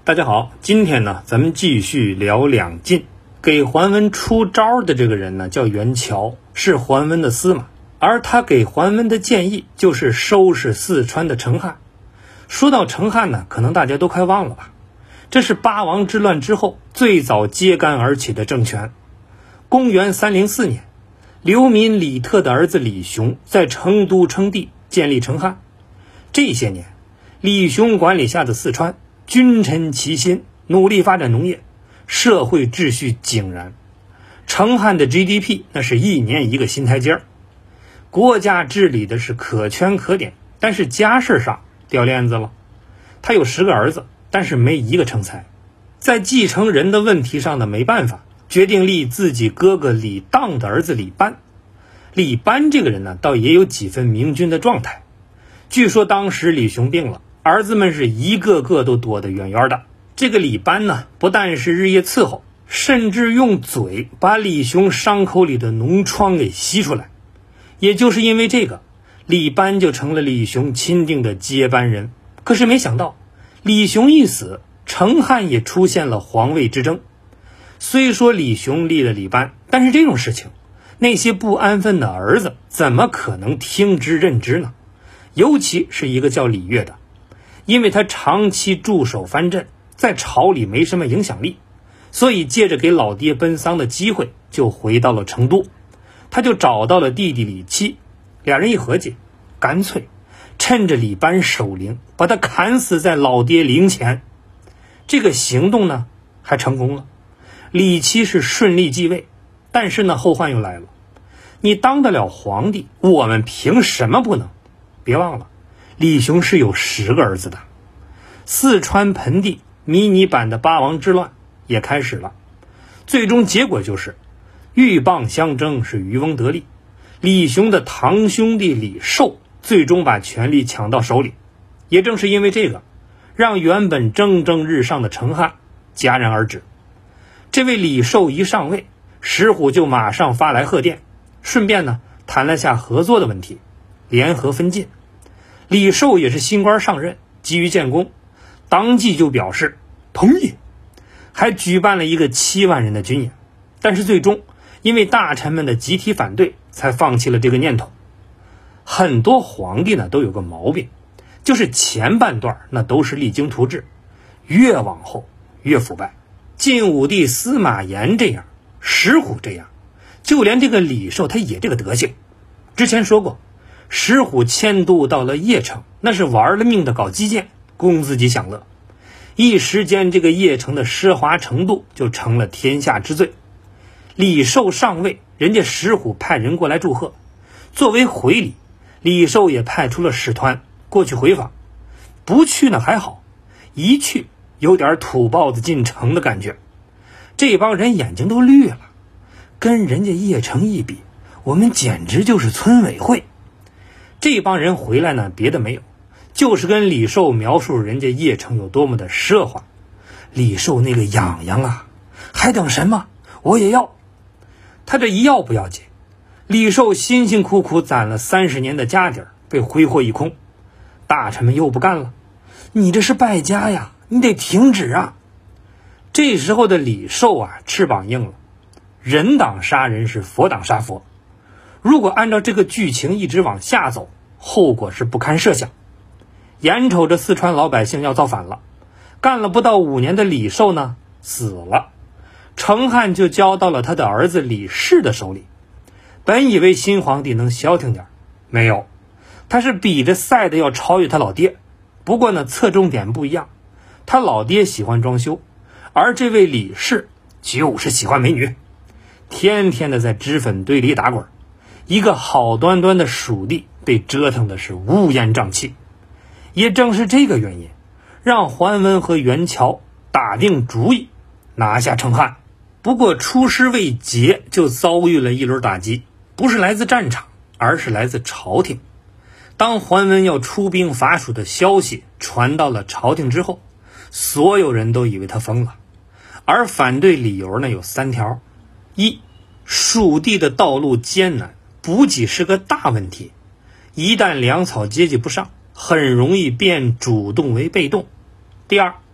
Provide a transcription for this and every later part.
大家好，今天呢，咱们继续聊两晋。给桓温出招的这个人呢，叫袁乔，是桓温的司马，而他给桓温的建议就是收拾四川的成汉。说到成汉呢，可能大家都快忘了吧，这是八王之乱之后最早揭竿而起的政权。公元304年，流民李特的儿子李雄在成都称帝，建立成汉。这些年，李雄管理下的四川君臣齐心，努力发展农业，社会秩序井然。成汉的 GDP 那是一年一个新台阶，国家治理的是可圈可点，但是家事上掉链子了。他有10个儿子，但是没一个成才。在继承人的问题上呢，没办法，决定立自己哥哥李荡的儿子李班。李班这个人呢，倒也有几分明君的状态。据说当时李雄病了，儿子们是一个个都躲得远远的。这个李班呢，不但是日夜伺候，甚至用嘴把李雄伤口里的脓疮给吸出来。也就是因为这个，李班就成了李雄钦定的接班人。可是没想到，李雄一死，成汉也出现了皇位之争。虽说李雄立了李班，但是这种事情，那些不安分的儿子怎么可能听之任之呢？尤其是一个叫李乐的，因为他长期驻守藩镇，在朝里没什么影响力，所以借着给老爹奔丧的机会，就回到了成都。他就找到了弟弟李七，俩人一合计，干脆趁着李班守灵，把他砍死在老爹陵前。这个行动呢，还成功了。李七是顺利继位，但是呢，后患又来了。你当得了皇帝，我们凭什么不能？别忘了，李雄是有10个儿子的。四川盆地迷你版的八王之乱也开始了，最终结果就是鹬蚌相争，是渔翁得利。李雄的堂兄弟李寿最终把权力抢到手里。也正是因为这个，让原本蒸蒸日上的成汉戛然而止。这位李寿一上位，石虎就马上发来贺电，顺便呢谈了下合作的问题，联合分晋。李寿也是新官上任，急于建功，当即就表示同意，还举办了一个7万人的军演。但是最终因为大臣们的集体反对，才放弃了这个念头。很多皇帝呢都有个毛病，就是前半段那都是励精图治，越往后越腐败。晋武帝司马炎这样，石虎这样，就连这个李寿他也这个德行。之前说过，石虎迁都到了邺城，那是玩了命的搞基建，供自己享乐。一时间这个邺城的奢华程度就成了天下之最。李寿上位，人家石虎派人过来祝贺，作为回礼，李寿也派出了使团过去回访。不去呢还好，一去有点土包子进城的感觉。这帮人眼睛都绿了，跟人家邺城一比，我们简直就是村委会。这帮人回来呢，别的没有，就是跟李寿描述人家邺城有多么的奢华。李寿那个痒痒啊，还等什么？我也要。他这一要不要紧，李寿辛辛苦苦攒了30年的家底儿被挥霍一空。大臣们又不干了，你这是败家呀，你得停止啊。这时候的李寿啊，翅膀硬了，人挡杀人是佛挡杀佛。如果按照这个剧情一直往下走，后果是不堪设想。眼瞅着四川老百姓要造反了，干了不到5年的李寿呢死了，成汉就交到了他的儿子李氏的手里。本以为新皇帝能消停点，没有，他是比着赛的要超越他老爹。不过呢，侧重点不一样，他老爹喜欢装修，而这位李氏就是喜欢美女，天天的在脂粉堆里打滚。一个好端端的蜀地被折腾的是乌烟瘴气。也正是这个原因，让桓温和袁乔打定主意拿下成汉。不过出师未捷，就遭遇了一轮打击，不是来自战场，而是来自朝廷。当桓温要出兵伐蜀的消息传到了朝廷之后，所有人都以为他疯了，而反对理由呢有3条。一，蜀地的道路艰难，补给是个大问题，一旦粮草接济不上，很容易变主动为被动。第二，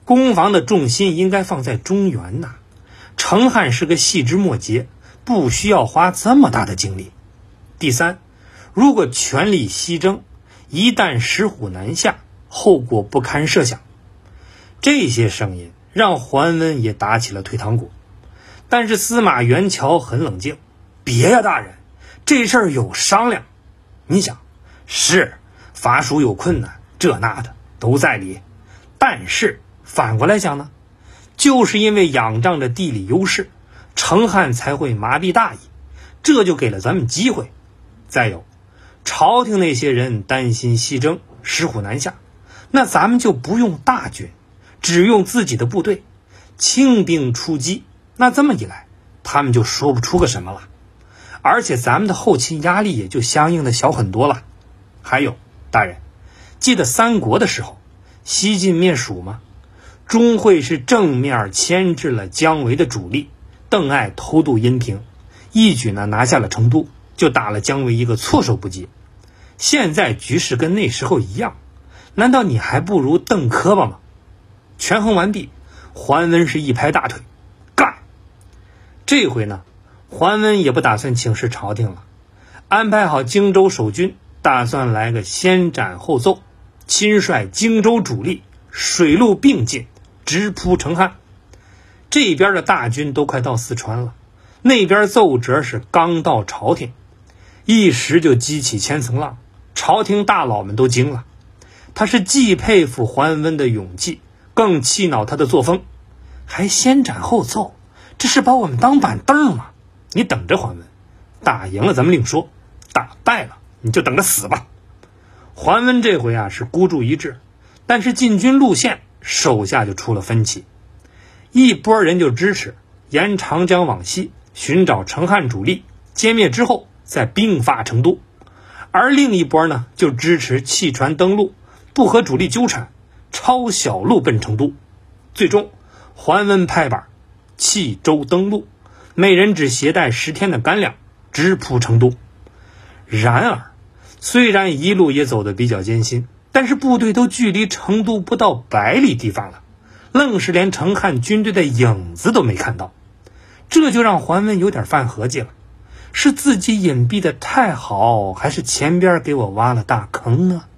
攻防的重心应该放在中原呐。成汉是个细枝末节，不需要花这么大的精力。第三，如果全力西征，一旦石虎南下，后果不堪设想。这些声音让桓温也打起了退堂鼓，但是司马元乔很冷静，别呀大人，这事儿有商量。你想，是伐蜀有困难，这那的都在理，但是反过来讲呢，就是因为仰仗着地理优势，成汉才会麻痹大意，这就给了咱们机会。再有，朝廷那些人担心西征，石虎南下，那咱们就不用大军，只用自己的部队，轻兵出击，那这么一来，他们就说不出个什么了，而且咱们的后勤压力也就相应的小很多了。还有，大人，记得三国的时候，西晋灭蜀吗？钟会是正面牵制了姜维的主力，邓艾偷渡阴平，一举呢拿下了成都，就打了姜维一个措手不及。现在局势跟那时候一样，难道你还不如邓磕巴吗？权衡完毕，桓温是一拍大腿，干！这回呢，桓温也不打算请示朝廷了，安排好荆州守军，打算来个先斩后奏，亲率荆州主力水陆并进，直扑成汉。这边的大军都快到四川了，那边奏折是刚到朝廷，一时就激起千层浪，朝廷大佬们都惊了。他是既佩服桓温的勇气，更气恼他的作风，还先斩后奏，这是把我们当板凳吗？你等着桓温，打赢了咱们另说，打败了你就等着死吧。桓温这回啊是孤注一掷，但是进军路线手下就出了分歧，一波人就支持沿长江往西寻找成汉主力，歼灭之后再兵发成都，而另一波呢就支持弃船登陆，不和主力纠缠，抄小路奔成都。最终桓温拍板弃舟登陆，每人只携带10天的干粮，直扑成都。然而虽然一路也走得比较艰辛，但是部队都距离成都不到100里地方了，愣是连成汉军队的影子都没看到。这就让桓温有点犯合计了，是自己隐蔽的太好，还是前边给我挖了大坑呢？